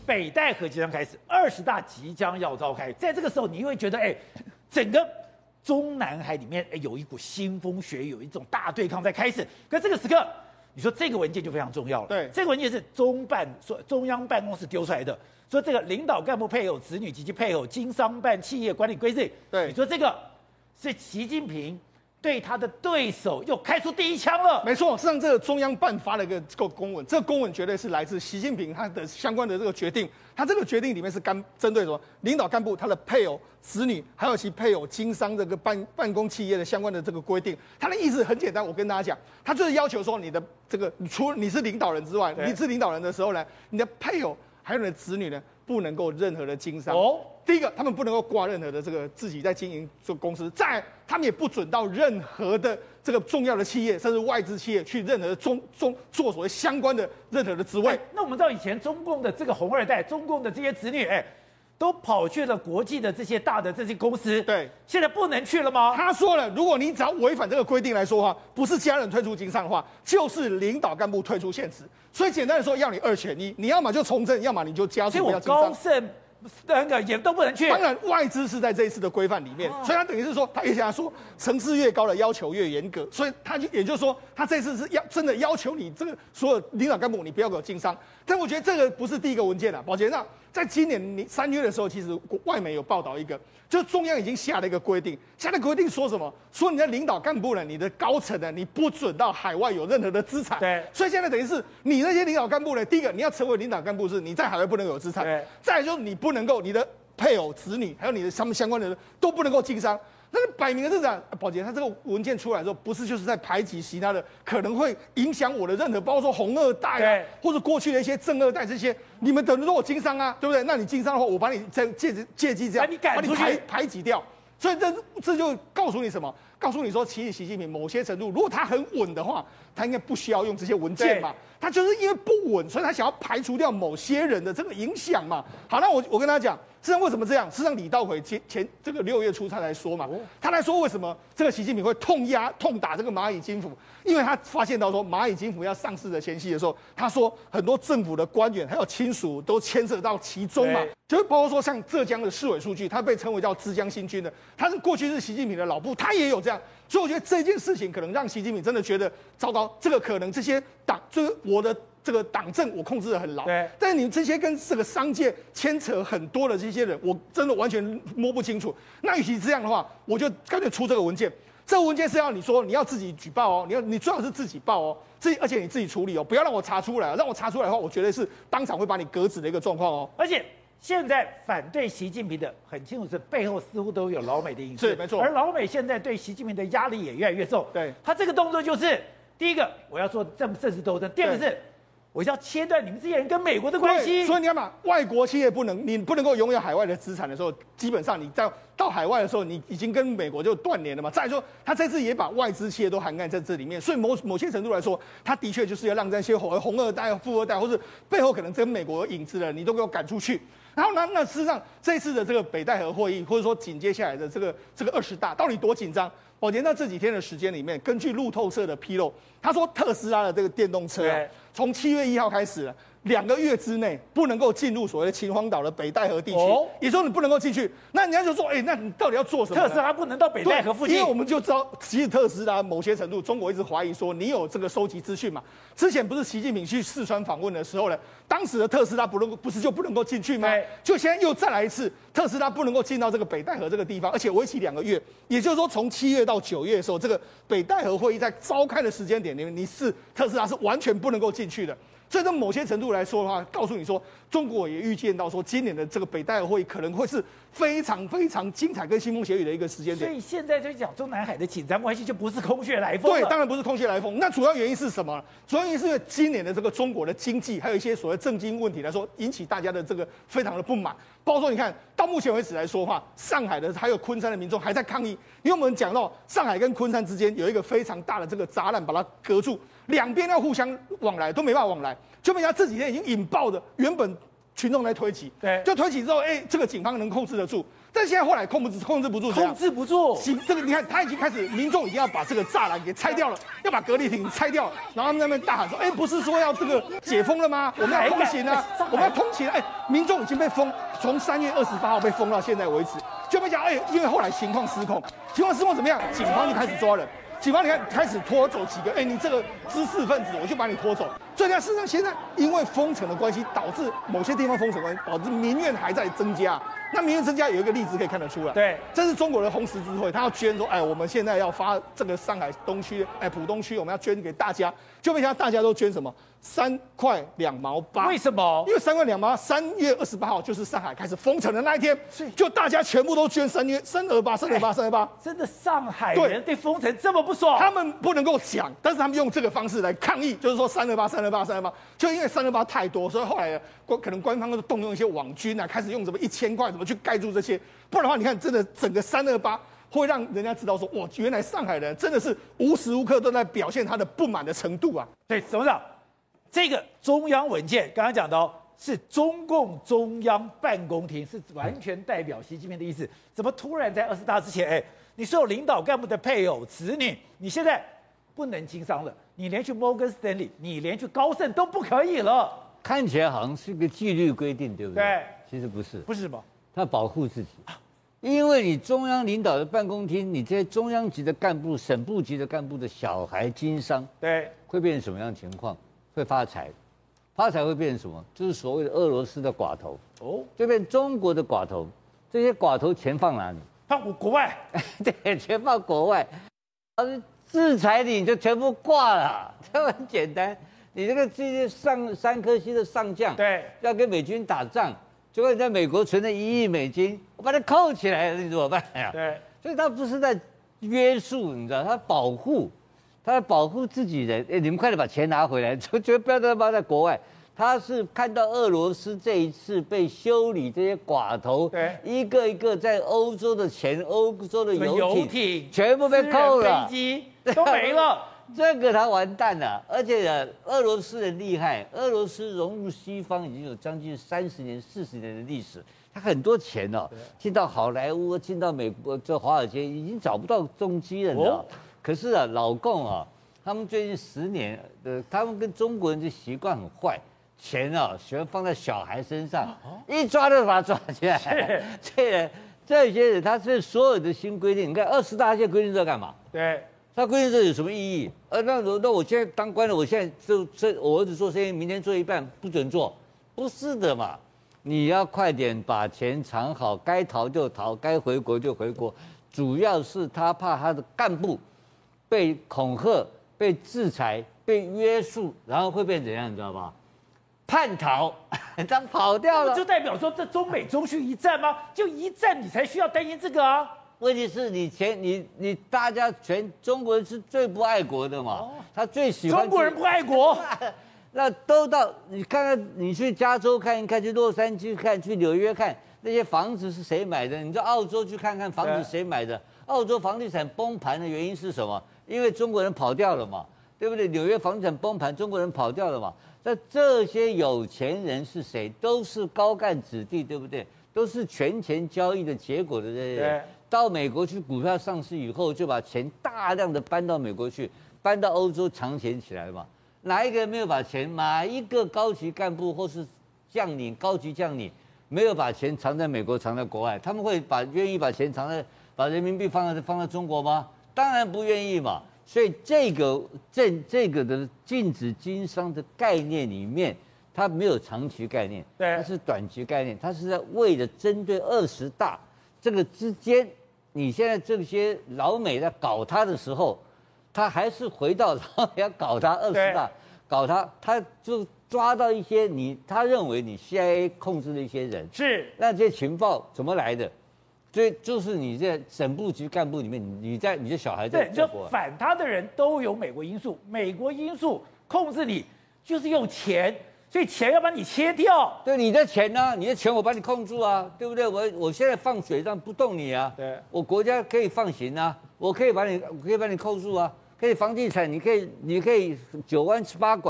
北戴河即将开始，20大即将要召开，在这个时候，你会觉得，整个中南海里面，有一股腥风血雨，有一种大对抗在开始。可这个时刻，你说这个文件就非常重要了。 对， 这个文件是中央办公室丢出来的，说这个领导干部配偶子女及其配偶经商办企业管理规定。 对， 你说这个是习近平对他的对手又开出第一枪了。 没错，事实上这个中央办发了一个公文，这个公文绝对是来自习近平他的相关的这个决定。他这个决定里面是针对什么？领导干部他的配偶、子女，还有其配偶经商这个办公企业的相关的这个规定。他的意思很简单，我跟大家讲，他就是要求说你的这个，除了你是领导人之外，你是领导人的时候呢，你的配偶还有你的子女呢，不能够任何的经商。第一个，他们不能够挂任何的这个自己在经营做公司；再来，他们也不准到任何的这个重要的企业，甚至外资企业去任何做所谓相关的任何的职位。 那我们知道以前中共的这个红二代，中共的这些子女，都跑去了国际的这些大的这些公司， 对， 现在不能去了吗？ 他说了，如果你只要违反这个规定来说的话，不是家人退出经商的话，就是领导干部退出现职。所以简单的说，要你2选1，你要么就从政，要么你就加速不要经商。 高盛那个也都不能去。 当然，外资是在这一次的规范里面，所以他等于是说，他也想说，层次越高的要求越严格，所以也就是说，他这次是真的要求你这个所有领导干部，你不要给我经商。但我觉得这个不是第一个文件了，宝杰，那在今年3月的时候，其实外媒有报道一个，就是中央已经下了一个规定，说什么？说你的领导干部呢，你的高层呢，你不准到海外有任何的资产。 对， 所以现在等于是你那些领导干部呢，第一个你要成为领导干部是你在海外不能有资产，再来就是你不能够你的配偶、子女还有你的相关的人都不能够经商。那摆明了是这样，宝杰，他这个文件出来的时候，不是就是在排挤其他的可能会影响我的任何，包括说红二代啊，或者过去的一些正二代这些，你们等于说我经商啊，对不对？那你经商的话，我把你借机这样，把你排挤掉。所以这就告诉你什么？告诉你说，其实习近平某些程度，如果他很稳的话，他应该不需要用这些文件嘛。他就是因为不稳，所以他想要排除掉某些人的这个影响嘛。好，那我跟他讲，事实上为什么这样？事实上李登辉前这个6月初他来说嘛，他来说为什么这个习近平会痛打这个蚂蚁金服？因为他发现到说蚂蚁金服要上市的前夕的时候，他说很多政府的官员还有亲属都牵涉到其中嘛，就是包括说像浙江的市委书记，他被称为叫浙江新军的，他是过去是习近平的老部，他也有这样。所以我觉得这件事情可能让习近平真的觉得糟糕，这个可能这些我的这个党政我控制得很牢，但是你们这些跟这个商界牵扯很多的这些人，我真的完全摸不清楚。那与其这样的话，我就干脆出这个文件。这个文件是要你说你要自己举报哦，你最好是自己报哦，而且你自己处理哦，不要让我查出来，让我查出来的话，我绝对是当场会把你革职的一个状况哦。 而且现在反对习近平的很清楚是背后似乎都有老美的因素， 是没错。 而老美现在对习近平的压力也越来越重， 对， 他这个动作就是第一个我要做政治斗争，第二个是我要切断你们这些人跟美国的关系。 所以你看嘛，外国企业你不能够拥有海外的资产的时候，基本上你到海外的时候，你已经跟美国就断联了嘛。再来说，他这次也把外资企业都涵盖在这里面，所以某些程度来说，他的确就是要让这些红二代、富二代，或是背后可能跟美国有影子的人，你都给我赶出去。然后呢，那事实上这一次的这个北戴河会议，或者说紧接下来的这个20大，到底多紧张？宝杰在这几天的时间里面，根据路透社的披露，他说特斯拉的这个电动车从7月1号开始2个月之内不能够进入所谓的秦皇岛的北戴河地区，也说你不能够进去。那人家就说，那你到底要做什么？ 特斯拉不能到北戴河附近， 因为我们就知道，其实特斯拉某些程度，中国一直怀疑说你有这个收集资讯嘛。之前不是习近平去四川访问的时候呢，当时的特斯拉不是就不能够进去吗？就现在又再来一次，特斯拉不能够进到这个北戴河这个地方，而且为期2个月。也就是说，从7月到9月的时候，这个北戴河会议在召开的时间点里面，特斯拉是完全不能够进去的。所以，在某些程度来说的话，告诉你说，中国也预见到说，今年的这个北戴河会议可能会是非常非常精彩跟腥风血雨的一个时间点。 所以现在就讲中南海的紧张关系就不是空穴来风了。 对，当然不是空穴来风。那主要原因是什么？主要原因是因为今年的这个中国的经济，还有一些所谓政经问题来说，引起大家的这个非常的不满。包括说，你看到目前为止来说的话，上海的还有昆山的民众还在抗议，因为我们讲到上海跟昆山之间有一个非常大的这个栅栏把它隔住，两边要互相往来都没办法往来，就被他这几天已经引爆的原本群众在推挤， 对， 就推挤之后，这个警方能控制得住，但现在后来控制不住， 控制不住。 这个你看，他已经开始，民众已经要把这个栅栏给拆掉了，要把隔离亭拆掉了，然后他们在那边大喊说，不是说要这个解封了吗？我们要通行啊，我们要通勤，民众已经被封，从3月28号被封到现在为止，就没讲，因为后来情况失控怎么样？警方就开始抓人。警方你看开始拖走几个，你这个知识分子，我就把你拖走。所以呢，事实上现在因为封城的关系，导致某些地方封城关系，导致民怨还在增加。那民怨增加有一个例子可以看得出来， 对， 这是中国的红十字会，他要捐说，我们现在要发这个上海东区，浦东区我们要捐给大家，就没想到大家都捐什么3块2毛8。 为什么？ 因为3块2毛，3月28号就是上海开始封城的那一天，就大家全部都捐328， 真的上海人对封城这么不爽， 他们不能够讲，但是他们用这个方式来抗议，就是说328，就因为328太多，所以后来可能官方都动用一些网军啊，开始用什么1000块怎么去盖住这些，不然的话，你看真的整个328会让人家知道说，哇，原来上海人真的是无时无刻都在表现他的不满的程度啊。 对，董事长，这个中央文件刚刚讲到是中共中央办公厅，是完全代表习近平的意思，怎么突然在20大之前，你所有领导干部的配偶、子女，你现在不能经商了，你连去 Morgan Stanley， 你连去高盛都不可以了。 看起来好像是一个纪律规定，对不对？ 对， 其实不是， 不是什么， 他保护自己，因为你中央领导的办公厅，你这些中央级的干部、省部级的干部的小孩经商， 对， 会变成什么样的情况？会发财，发财会变成什么？就是所谓的俄罗斯的寡头，就变中国的寡头。这些寡头钱放哪里？ 放国外， 对，全放国外。制裁你就全部挂了，这很简单。你这些3颗星的上将， 对， 要跟美军打仗，结果你在美国存了1亿美金，我把它扣起来了，你怎么办呀？ 对， 所以他不是在约束，你知道，他保护自己人。你们快点把钱拿回来，就绝对不要再放在国外。他是看到俄罗斯这一次被修理，这些寡头， 对， 一个一个在欧洲的钱、欧洲的游艇全部被扣了， 飞机都没了。 这个他完蛋了，而且俄罗斯人厉害，俄罗斯融入西方已经有将近30年、40年的历史，他很多钱进到好莱坞，进到美国这华尔街，已经找不到踪迹了，你知道？可是老共他们最近10年，他们跟中国人的习惯很坏，钱喜欢放在小孩身上，一抓就把他抓起来。这些人，他是所有的新规定，你看20大这些规定在干嘛？ 对。 他规定这有什么意义？那我现在当官了，我现在我儿子做生意，明天做一半不准做，不是的嘛？你要快点把钱藏好，该逃就逃，该回国就回国。主要是他怕他的干部被恐吓、被制裁、被约束，然后会变怎样，你知道吧？叛逃，他跑掉了， 就代表说这中美中需一战吗？就一战你才需要担心这个啊。 问题是你大家中国人是最不爱国的嘛？他最喜欢中国人不爱国， 那都到你看看，你去加州看一看，去洛杉矶看，去纽约看那些房子是谁买的？你到澳洲去看看房子谁买的？澳洲房地产崩盘的原因是什么？因为中国人跑掉了嘛，对不对？纽约房地产崩盘，中国人跑掉了嘛？那这些有钱人是谁？都是高干子弟，对不对？都是权钱交易的结果的这些人。到美国去股票上市以后，就把钱大量的搬到美国去，搬到欧洲藏钱起来嘛。哪一个人没有把钱？哪一个高级干部或是将领、高级将领没有把钱藏在美国、藏在国外？他们会愿意把钱把人民币放在中国吗？当然不愿意嘛。所以这个的禁止经商的概念里面，它没有长期概念，它是短期概念，它是在为了针对20大这个之间。你现在这些老美在搞他的时候，他还是回到老美要搞他20大，搞他就抓到一些他认为你 CIA 控制的一些人， 是那这些情报怎么来的？所以就是你这省部级干部里面，你的小孩在就反他的人都有美国因素，美国因素控制你就是用钱。所以钱要把你切掉， 对你的钱呢？你的钱我把你控住啊，对不对？我现在放水上不动你啊， 对， 我国家可以放行啊，我可以把你扣住啊，可以房地产，你可以9弯18拐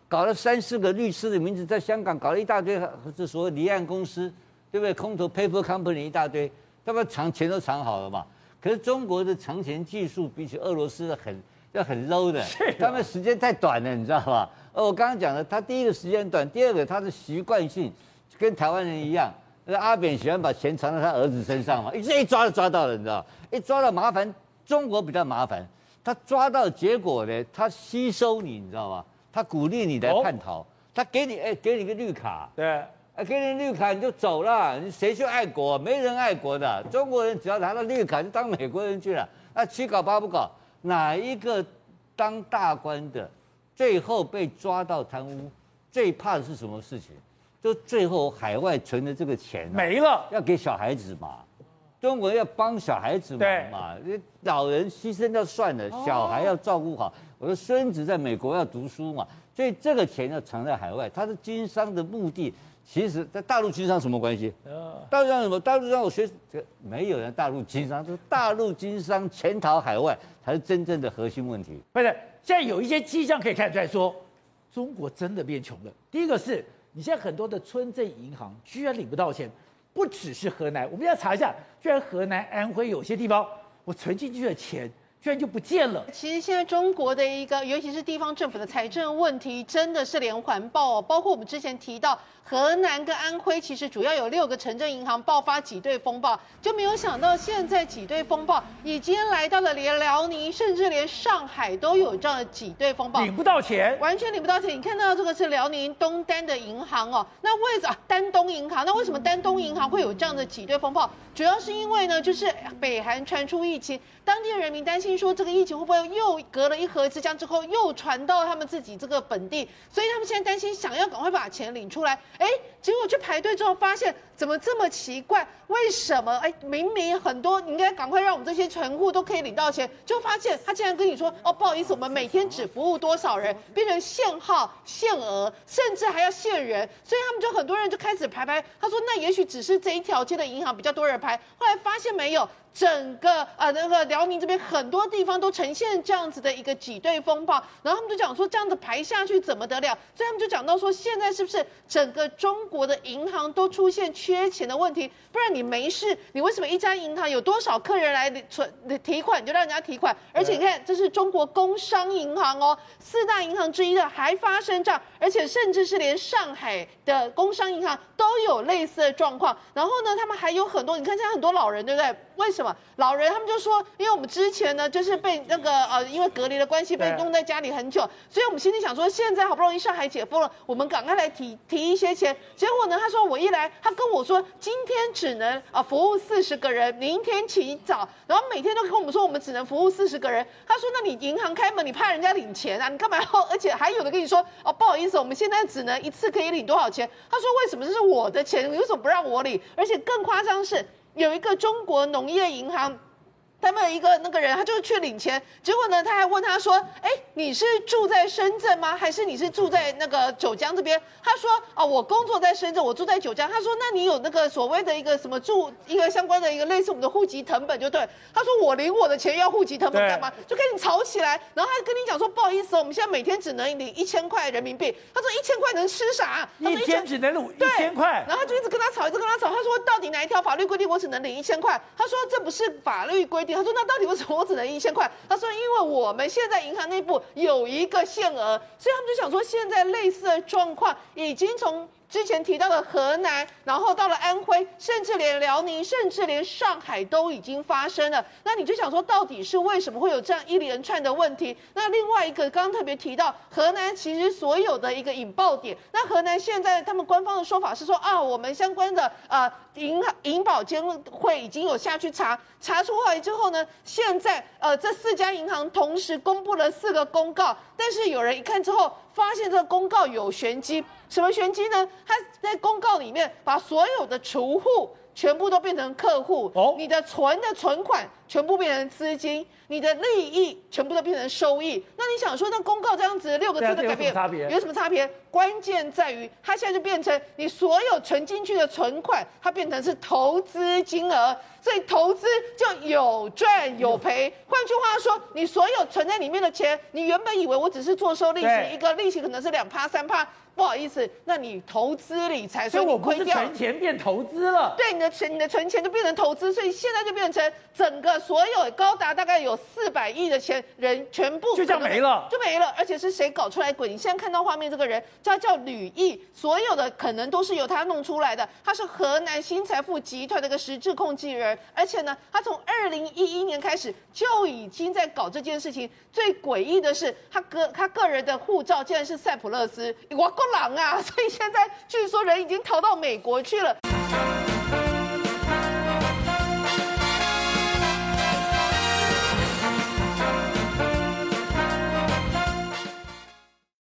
搞了3、4个律师的名字，在香港搞了一大堆，这所谓离岸公司，对不对？空头 paper company 一大堆，他们钱都藏好了嘛。可是中国的藏钱技术比起俄罗斯的很 low 的，他们时间太短了，你知道吧？我刚刚讲的，他第一个时间短，第二个他的习惯性跟台湾人一样，那阿扁喜欢把钱藏在他儿子身上嘛，一抓就抓到了，你知道？一抓到麻烦，中国比较麻烦，他抓到结果呢，他吸收你，你知道吗？他鼓励你来叛逃，他给你个绿卡， 对， 给你绿卡你就走了，你谁去爱国？没人爱国的，中国人只要拿到绿卡就当美国人去了，那七搞八不搞，哪一个当大官的最后被抓到贪污，最怕的是什么事情？就最后海外存的这个钱没了， 要给小孩子嘛。中国要帮小孩子忙嘛，老人牺牲就算了，小孩要照顾好。我的孙子在美国要读书嘛，所以这个钱要藏在海外。他的经商的目的，其实在大陆经商什么关系？大陆上什么？大陆上我学没有人大陆经商，就是大陆经商潜逃海外才是真正的核心问题。 不是，现在有一些迹象可以看出来说，中国真的变穷了。第一个是你现在很多的村镇银行居然领不到钱。不只是河南，我们要查一下，居然河南、安徽有些地方，我存进去的钱居然就不见了。 其实现在中国的一个，尤其是地方政府的财政问题，真的是连环爆哦。包括我们之前提到，河南跟安徽其实主要有6个城镇银行爆发挤兑风暴，就没有想到现在挤兑风暴已经来到了连辽宁，甚至连上海都有这样的挤兑风暴， 领不到钱， 完全领不到钱。你看到这个是辽宁东单的银行哦，那为什么丹东银行？那为什么丹东银行会有这样的挤兑风暴？主要是因为呢，就是北韩传出疫情，当地人民担心说这个疫情会不会又隔了一河之江之后又传到他们自己这个本地，所以他们现在担心，想要赶快把钱领出来。结果去排队之后发现怎么这么奇怪？为什么？明明很多，你应该赶快让我们这些存户都可以领到钱，就发现他竟然跟你说，不好意思，我们每天只服务多少人，变成限号、限额，甚至还要限人，所以他们就很多人就开始排。他说，那也许只是这一条街的银行比较多人排，后来发现没有。整个那个辽宁这边很多地方都呈现这样子的一个挤兑风暴，然后他们就讲说这样子排下去怎么得了？所以他们就讲到说，现在是不是整个中国的银行都出现缺钱的问题？不然你没事，你为什么一家银行有多少客人来提款你就让人家提款？而且你看，这是中国工商银行哦，4大银行之一的还发生这样，而且甚至是连上海的工商银行都有类似的状况。然后呢，他们还有很多，你看现在很多老人，对不对？为什么老人他们就说，因为我们之前呢就是被那个因为隔离的关系被弄在家里很久，所以我们心里想说，现在好不容易上海解封了，我们赶快来提一些钱。结果呢，他说我一来，他跟我说今天只能服务40个人，明天起早，然后每天都跟我们说我们只能服务40个人。他说那你银行开门，你怕人家领钱啊？你干嘛要？而且还有的跟你说不好意思，我们现在只能一次可以领多少钱？他说为什么这是我的钱，你为什么不让我领？而且更夸张是。有一个中国农业银行，他们一个那个人，他就去领钱，结果呢，他还问他说：“你是住在深圳吗？还是你是住在那个九江这边？”他说：“我工作在深圳，我住在九江。”他说：“那你有那个所谓的一个什么住一个相关的一个类似我们的户籍誊本就对。”他说：“我领我的钱要户籍誊本干嘛？”就跟你吵起来，然后他跟你讲说：“不好意思，我们现在每天只能领1000块人民币。”他说：“1000块能吃啥？” 一天只能领1000块。 然后他就一直跟他吵，一直跟他吵。他说：“到底哪一条法律规定我只能领1000块？”他说：“这不是法律规定。”他说：“那到底为什么我只能1000块？”他说：“因为我们现在银行内部有一个限额，所以他们就想说，现在类似的状况已经从之前提到的河南，然后到了安徽，甚至连辽宁，甚至连上海都已经发生了。那你就想说，到底是为什么会有这样一连串的问题？那另外一个，刚刚特别提到河南，其实所有的一个引爆点，那河南现在他们官方的说法是说我们相关的银保监会已经有下去查出来之后呢，现在这4家银行同时公布了4个公告，但是有人一看之后，发现这个公告有玄机。什么玄机呢？他在公告里面把所有的储户全部都变成客户，你的存款全部变成资金，你的利益全部都变成收益。那你想说，那公告这样子6个字的改变有什么差别？关键在于它现在就变成你所有存进去的存款，它变成是投资金额，所以投资就有赚有赔。换句话说，你所有存在里面的钱，你原本以为我只是做收利息，一个利息可能是2%、3%。不好意思，那你投资理财， 所以我不是存钱变投资了。 对，你的存钱就变成投资，所以现在就变成整个所有高达大概有400亿的钱人全部就这样没了， 就没了。而且是谁搞出来鬼？你现在看到画面这个人，他叫吕毅，所有的可能都是由他弄出来的。他是河南新财富集团的一个实质控制人，而且呢，他从2011年开始就已经在搞这件事情。最诡异的是，他个人的护照竟然是塞浦路斯，我够狼啊！所以现在据说人已经逃到美国去了。